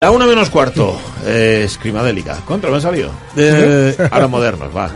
La 1 menos cuarto, Escrimadélica. Contra, me ha salido. Ahora modernos, va.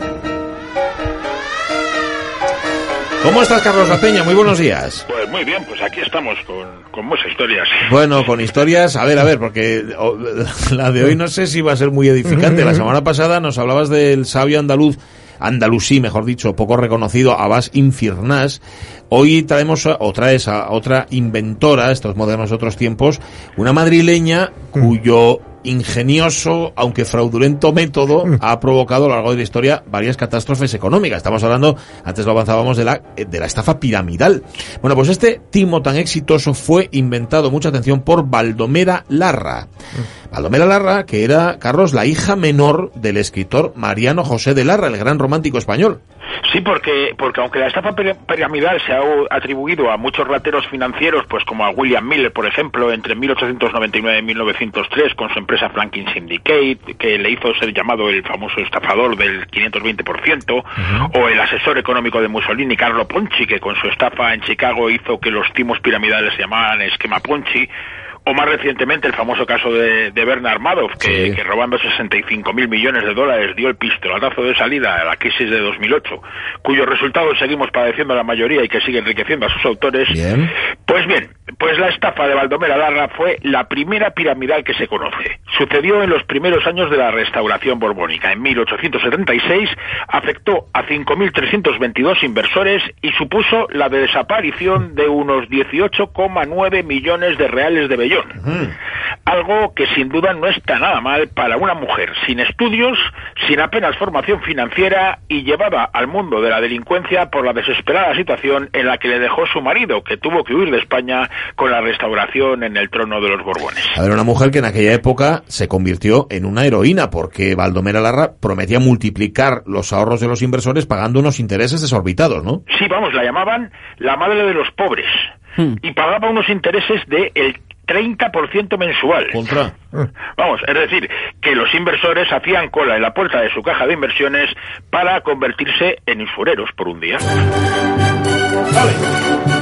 ¿Cómo estás, Carlos La Peña? Muy buenos días. Pues muy bien, pues aquí estamos con muchas historias. Bueno, con historias, a ver, porque la de hoy no sé si va a ser muy edificante. La semana pasada nos hablabas del sabio andalusí, mejor dicho, poco reconocido, Abbas Ibn Firnas. Hoy traes a otra inventora, estos modernos otros tiempos, una madrileña cuyo ingenioso, aunque fraudulento método ha provocado a lo largo de la historia varias catástrofes económicas. Estamos hablando, antes lo avanzábamos, de la estafa piramidal. Bueno, pues este timo tan exitoso fue inventado, mucha atención, por Baldomera Larra. Baldomera Larra, que era, Carlos, la hija menor del escritor Mariano José de Larra, el gran romántico español. Sí, porque aunque la estafa piramidal se ha atribuido a muchos rateros financieros, pues como a William Miller, por ejemplo, entre 1899 y 1903, con su empresa Franklin Syndicate, que le hizo ser llamado el famoso estafador del 520%, o el asesor económico de Mussolini, Carlo Ponzi, que con su estafa en Chicago hizo que los timos piramidales se llamaran esquema Ponzi, o más recientemente el famoso caso de Bernard Madoff, que robando 65.000 millones de dólares dio el pistoletazo de salida a la crisis de 2008, cuyos resultados seguimos padeciendo la mayoría y que sigue enriqueciendo a sus autores. Bien. Pues la estafa de Baldomera Larra fue la primera piramidal que se conoce. Sucedió en los primeros años de la Restauración borbónica. En 1876 afectó a 5.322 inversores y supuso la desaparición de unos 18,9 millones de reales de vellón. Algo que sin duda no está nada mal para una mujer sin estudios, sin apenas formación financiera y llevada al mundo de la delincuencia por la desesperada situación en la que le dejó su marido, que tuvo que huir de España con la Restauración en el trono de los Borbones. A ver, una mujer que en aquella época se convirtió en una heroína, porque Baldomera Larra prometía multiplicar los ahorros de los inversores pagando unos intereses desorbitados, ¿no? Sí, vamos, la llamaban la madre de los pobres, y pagaba unos intereses de el 30% mensual. Contra. Vamos, es decir, que los inversores hacían cola en la puerta de su caja de inversiones para convertirse en usureros por un día. Vale.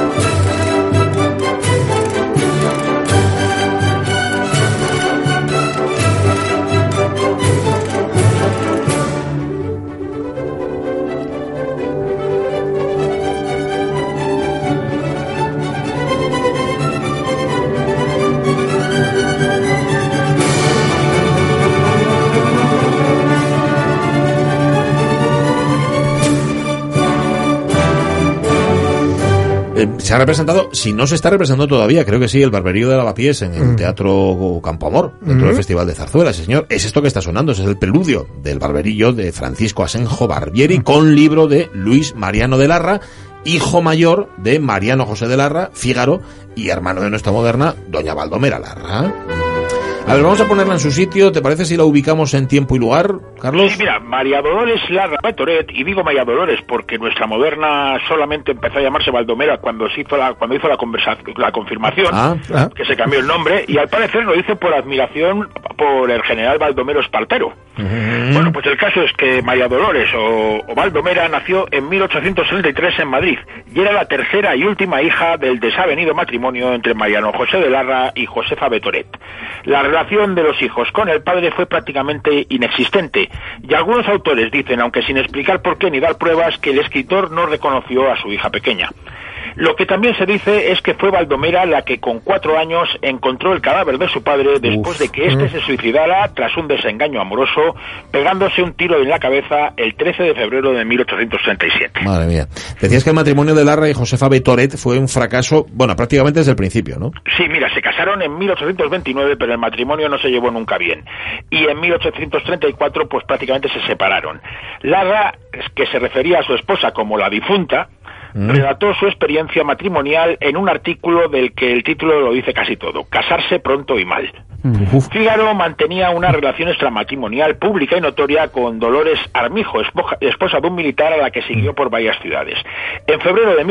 Se ha representado, si no se está representando todavía, creo que sí, el Barberío de Lavapiés en el Teatro Campo Amor, dentro del Festival de Zarzuela, sí, señor. Es esto que está sonando, ese es el preludio del Barberillo de Francisco Asenjo Barbieri, con libro de Luis Mariano de Larra, hijo mayor de Mariano José de Larra, Fígaro, y hermano de nuestra moderna doña Baldomera Larra. A ver, vamos a ponerla en su sitio. ¿Te parece si la ubicamos en tiempo y lugar, Carlos? Sí, mira, María Dolores Larra Betoret, y digo María Dolores porque nuestra moderna solamente empezó a llamarse Baldomera cuando hizo la confirmación, que se cambió el nombre, y al parecer lo hizo por admiración por el general Baldomero Espartero. Bueno, pues el caso es que María Dolores o Baldomera nació en 1833 en Madrid, y era la tercera y última hija del desavenido matrimonio entre Mariano José de Larra y Josefa Betoret. La relación de los hijos con el padre fue prácticamente inexistente, y algunos autores dicen, aunque sin explicar por qué ni dar pruebas, que el escritor no reconoció a su hija pequeña. Lo que también se dice es que fue Baldomera la que con 4 años encontró el cadáver de su padre después de que éste se suicidara tras un desengaño amoroso, pegándose un tiro en la cabeza el 13 de febrero de 1837. Madre mía. Decías que el matrimonio de Larra y Josefa Betoret fue un fracaso, bueno, prácticamente desde el principio, ¿no? Sí, mira, se casaron en 1829, pero el matrimonio no se llevó nunca bien. Y en 1834, pues prácticamente se separaron. Larra, que se refería a su esposa como la difunta, relató su experiencia matrimonial en un artículo del que el título lo dice casi todo: casarse pronto y mal. Fígaro mantenía una relación extramatrimonial pública y notoria con Dolores Armijo, esposa de un militar a la que siguió por varias ciudades. En febrero de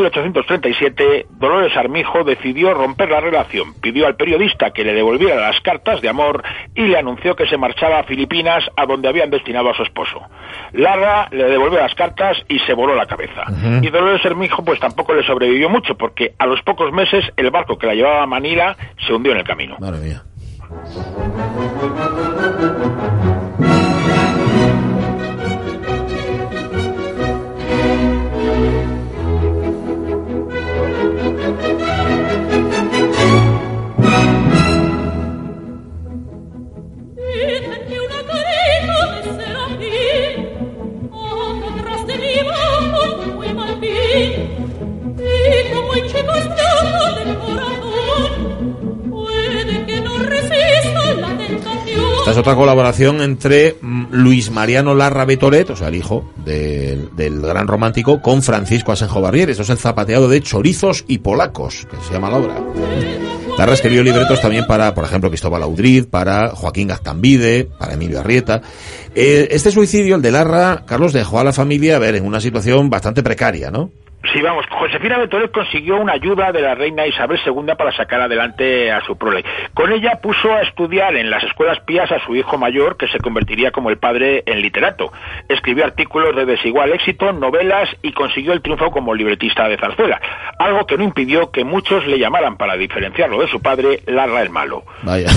1837, Dolores Armijo decidió romper la relación, pidió al periodista que le devolviera las cartas de amor y le anunció que se marchaba a Filipinas, a donde habían destinado a su esposo. Larra le devolvió las cartas y se voló la cabeza. Y Dolores Armijo pues tampoco le sobrevivió mucho, porque a los pocos meses el barco que la llevaba a Manila se hundió en el camino. Madre mía. Esta es otra colaboración entre Luis Mariano Larra Betoret, o sea, el hijo del gran romántico, con Francisco Asenjo Barrier. Esto es el zapateado de chorizos y polacos, que se llama la obra. Larra escribió libretos también para, por ejemplo, Cristóbal Audriz, para Joaquín Gaztambide, para Emilio Arrieta. Este suicidio, el de Larra, Carlos, dejó a la familia, en una situación bastante precaria, ¿no? Sí, vamos, Josefina Betoret consiguió una ayuda de la reina Isabel II para sacar adelante a su prole. Con ella puso a estudiar en las escuelas pías a su hijo mayor, que se convertiría como el padre en literato. Escribió artículos de desigual éxito, novelas y consiguió el triunfo como libretista de zarzuela, algo que no impidió que muchos le llamaran, para diferenciarlo de su padre, Larra el malo. Vaya.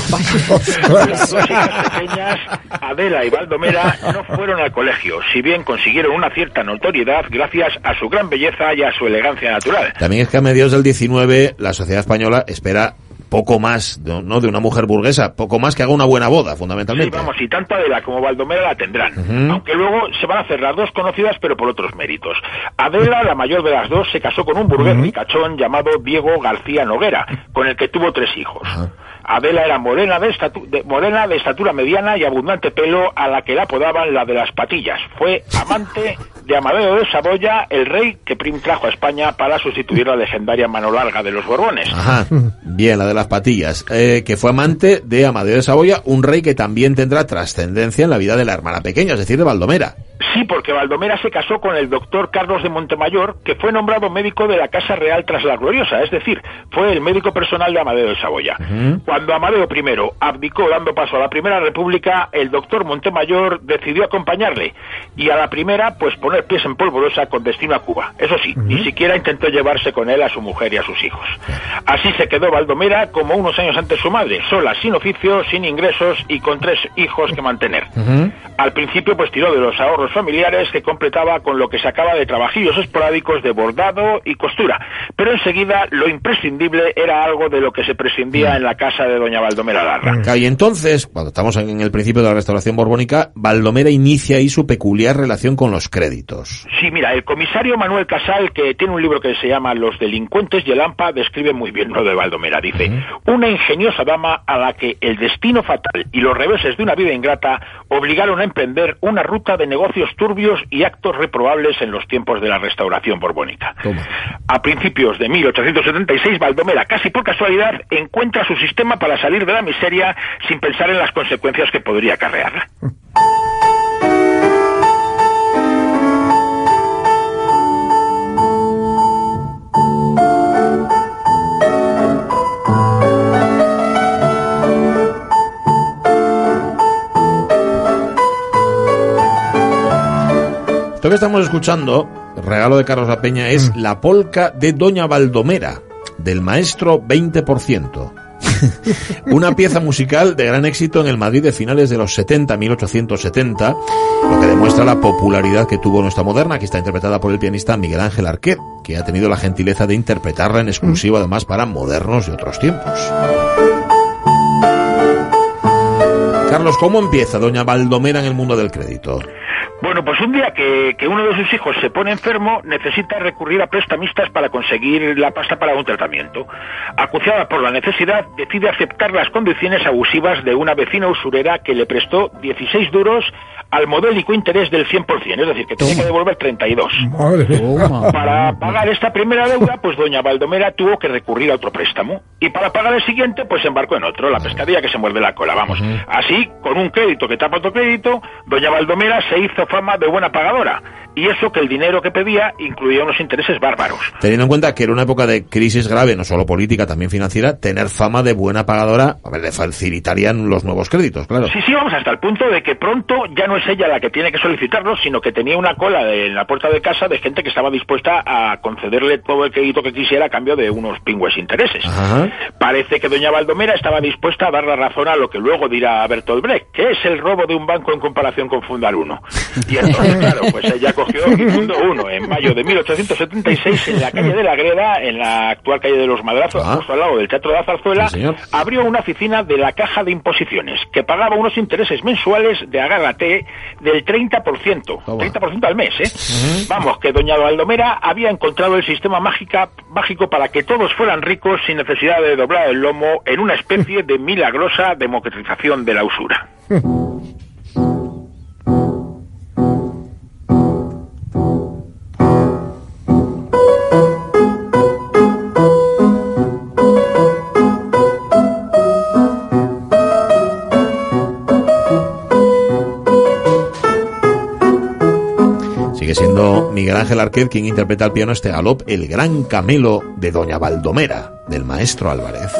Las dos hijas pequeñas, Adela y Baldomera, no fueron al colegio, si bien consiguieron una cierta notoriedad gracias a su gran belleza y a su elegancia natural. También es que a mediados del 19 la sociedad española espera poco más, ¿no?, de una mujer burguesa, poco más que haga una buena boda, fundamentalmente. Sí, vamos, y tanto Adela como Baldomera la tendrán, aunque luego se van a hacer las dos conocidas, pero por otros méritos. Adela, la mayor de las dos, se casó con un burgués ricachón llamado Diego García Noguera, con el que tuvo 3 hijos. Adela era morena de estatura mediana y abundante pelo, a la que la apodaban la de las patillas. Fue amante de Amadeo de Saboya, el rey que Prim trajo a España para sustituir la legendaria mano larga de los Borbones. Ajá, bien, la de las patillas. Que fue amante de Amadeo de Saboya, un rey que también tendrá trascendencia en la vida de la hermana pequeña, es decir, de Baldomera. Sí, porque Baldomera se casó con el doctor Carlos de Montemayor, que fue nombrado médico de la Casa Real tras la Gloriosa, es decir, fue el médico personal de Amadeo de Saboya. Cuando Amadeo I abdicó dando paso a la Primera República, el doctor Montemayor decidió acompañarle, y a la primera, pues poner pies en polvorosa con destino a Cuba. Eso sí, ni siquiera intentó llevarse con él a su mujer y a sus hijos. Así se quedó Baldomera como unos años antes su madre, sola, sin oficio, sin ingresos y con 3 hijos que mantener. Al principio, pues tiró de los ahorros familiares que completaba con lo que sacaba de trabajillos esporádicos de bordado y costura, pero enseguida lo imprescindible era algo de lo que se prescindía en la casa de doña Baldomera Larra. Y entonces, cuando estamos en el principio de la restauración borbónica, Baldomera inicia ahí su peculiar relación con los créditos. Sí, mira, el comisario Manuel Casal, que tiene un libro que se llama Los delincuentes y el AMPA, describe muy bien lo de Baldomera. Dice, una ingeniosa dama a la que el destino fatal y los reveses de una vida ingrata obligaron a emprender una ruta de negocios turbios y actos reprobables en los tiempos de la restauración borbónica. A principios de 1876, Baldomera, casi por casualidad, encuentra su sistema para salir de la miseria sin pensar en las consecuencias que podría acarrearla. Esto que estamos escuchando, regalo de Carlos La Peña, es la polca de Doña Baldomera, del maestro 20%. Una pieza musical de gran éxito en el Madrid de finales de los 70, 1870, lo que demuestra la popularidad que tuvo nuestra moderna. Aquí está interpretada por el pianista Miguel Ángel Arquet, que ha tenido la gentileza de interpretarla en exclusiva además para modernos de otros tiempos. Carlos, ¿cómo empieza Doña Baldomera en el mundo del crédito? Bueno, pues un día que uno de sus hijos se pone enfermo, necesita recurrir a prestamistas para conseguir la pasta para un tratamiento. Acuciada por la necesidad, decide aceptar las condiciones abusivas de una vecina usurera que le prestó 16 duros al modélico interés del 100%, es decir, que tenía que devolver 32. Para pagar esta primera deuda, pues doña Baldomera tuvo que recurrir a otro préstamo. Y para pagar el siguiente, pues embarcó en otro, la pescadilla que se muerde la cola, vamos. Así, con un crédito que tapa otro crédito, doña Baldomera se hizo fama de buena pagadora. y eso que el dinero que pedía incluía unos intereses bárbaros. Teniendo en cuenta que era una época de crisis grave, no solo política, también financiera, tener fama de buena pagadora, a ver, le facilitarían los nuevos créditos, claro. Sí, vamos, hasta el punto de que pronto ya no es ella la que tiene que solicitarlos, sino que tenía una cola en la puerta de casa de gente que estaba dispuesta a concederle todo el crédito que quisiera a cambio de unos pingües intereses. Ajá. Parece que doña Baldomera estaba dispuesta a dar la razón a lo que luego dirá Bertolt Brecht, que es el robo de un banco en comparación con fundar uno. Y entonces, claro, pues ella cogió y fundó uno en mayo de 1876 en la calle de la Greda, en la actual calle de los Madrazos, justo al lado del Teatro de la Zarzuela. Sí, abrió una oficina de la Caja de Imposiciones, que pagaba unos intereses mensuales de, agárrate, del 30%, 30% al mes, ¿eh? Vamos, que doña Baldomera había encontrado el sistema mágico para que todos fueran ricos sin necesidad de doblar el lomo en una especie de milagrosa democratización de la usura. Sigue siendo Miguel Ángel Arquet quien interpreta al piano este galop, El gran camelo de doña Baldomera, del maestro Álvarez.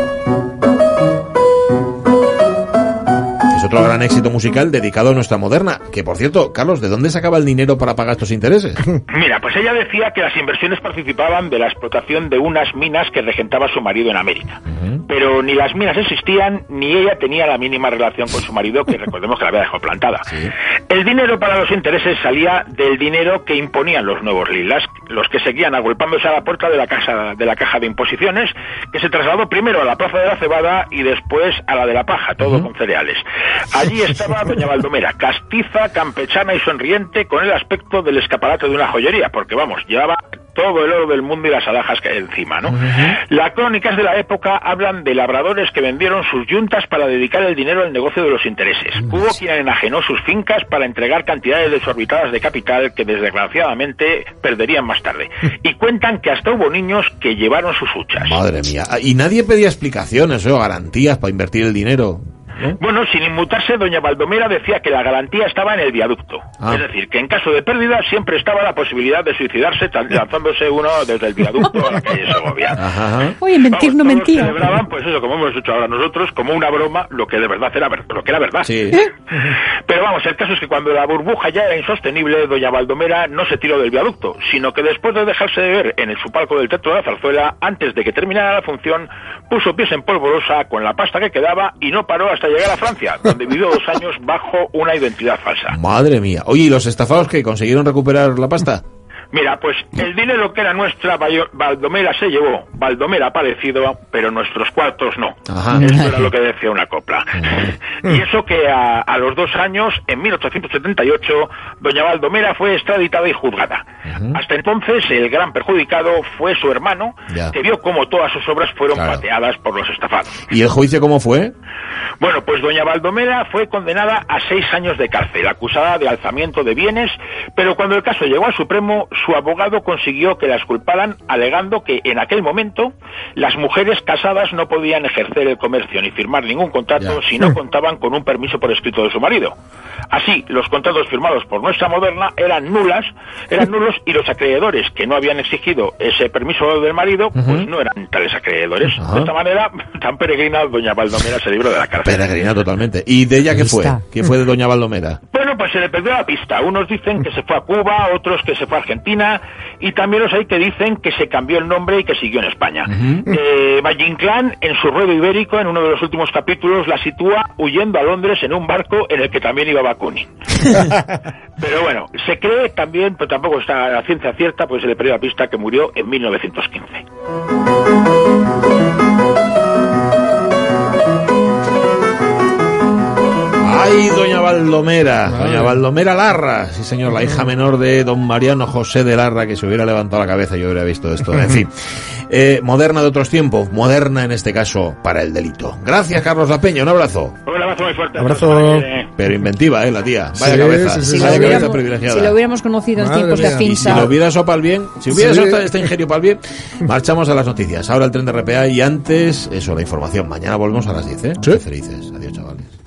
Es otro gran éxito musical dedicado a nuestra moderna, que por cierto, Carlos, ¿de dónde sacaba el dinero para pagar estos intereses? Mira, pues ella decía que las inversiones participaban de la explotación de unas minas que regentaba su marido en América. Pero ni las minas existían, ni ella tenía la mínima relación con su marido, que recordemos que la había dejado plantada. Sí. El dinero para los intereses salía del dinero que imponían los nuevos lilas, los que seguían agolpándose a la puerta de la caja de imposiciones, que se trasladó primero a la Plaza de la Cebada y después a la de la Paja, todo con cereales. Allí estaba doña Baldomera, castiza, campechana y sonriente, con el aspecto del escaparate de una joyería, porque vamos, llevaba todo el oro del mundo y las alhajas que hay encima, ¿no? Las crónicas de la época hablan de labradores que vendieron sus yuntas para dedicar el dinero al negocio de los intereses. Hubo quien enajenó sus fincas para entregar cantidades desorbitadas de capital que desgraciadamente perderían más tarde. Y cuentan que hasta hubo niños que llevaron sus huchas. Madre mía. Y nadie pedía explicaciones o garantías para invertir el dinero. ¿Eh? Bueno, sin inmutarse, doña Baldomera decía que la garantía estaba en el viaducto. Es decir, que en caso de pérdida siempre estaba la posibilidad de suicidarse lanzándose uno desde el viaducto a la calle Segovia. Oye, mentir no mentía. Celebraban, pues eso, como hemos hecho ahora nosotros, como una broma, lo que de verdad era lo que era verdad. Sí. Pero vamos, el caso es que cuando la burbuja ya era insostenible, doña Baldomera no se tiró del viaducto, sino que después de dejarse de ver en su palco del Teatro de la Zarzuela, antes de que terminara la función, puso pies en polvorosa con la pasta que quedaba y no paró hasta llegar a Francia, donde vivió 2 años bajo una identidad falsa. Madre mía. Oye, ¿y los estafados que consiguieron recuperar la pasta? Mira, pues el dinero que era nuestra, Baldomera se llevó, Baldomera ha aparecido, pero nuestros cuartos no. Eso era lo que decía una copla. Y eso que a los 2 años, en 1878, doña Baldomera fue extraditada y juzgada. Hasta entonces, el gran perjudicado fue su hermano, que vio cómo todas sus obras fueron pateadas por los estafados. ¿Y el juicio cómo fue? Bueno, pues doña Baldomera fue condenada a 6 años de cárcel, acusada de alzamiento de bienes, pero cuando el caso llegó al Supremo, su abogado consiguió que la exculparan, alegando que en aquel momento las mujeres casadas no podían ejercer el comercio ni firmar ningún contrato si no contaban con un permiso por escrito de su marido. Así, los contratos firmados por nuestra moderna eran nulos, y los acreedores que no habían exigido ese permiso del marido, pues no eran tales acreedores. De esta manera, tan peregrina, doña Baldomera se libró de la cárcel. Peregrina totalmente. ¿Y de ella qué fue? ¿Qué fue de doña Baldomera? Bueno, pues se le perdió la pista. Unos dicen que se fue a Cuba, otros que se fue a Argentina, y también los hay que dicen que se cambió el nombre y que siguió en España. Valle Inclán, en su ruedo ibérico, en uno de los últimos capítulos, la sitúa huyendo a Londres en un barco en el que también iba Bakunin. Pero bueno, se cree también, pero tampoco está a ciencia cierta, pues se le perdió la pista, que murió en 1915. ¡Ay, doña Baldomera! Doña Baldomera Larra. Sí, señor, la hija menor de don Mariano José de Larra, que se hubiera levantado la cabeza y hubiera visto esto. En fin, moderna de otros tiempos, moderna en este caso para el delito. Gracias, Carlos La Peña, un abrazo. Un abrazo muy fuerte. Abrazo. Pero inventiva, la tía. Vaya cabeza. Sí, vaya cabeza privilegiada. Si lo hubiéramos conocido en tiempos de Finsa. Y si lo hubiera eso para el bien, si hubiera eso este ingenio para el bien, marchamos a las noticias. Ahora el tren de RPA y antes, eso, la información. Mañana volvemos a las 10, ¿eh? Sí. Felices. Adiós, chavales.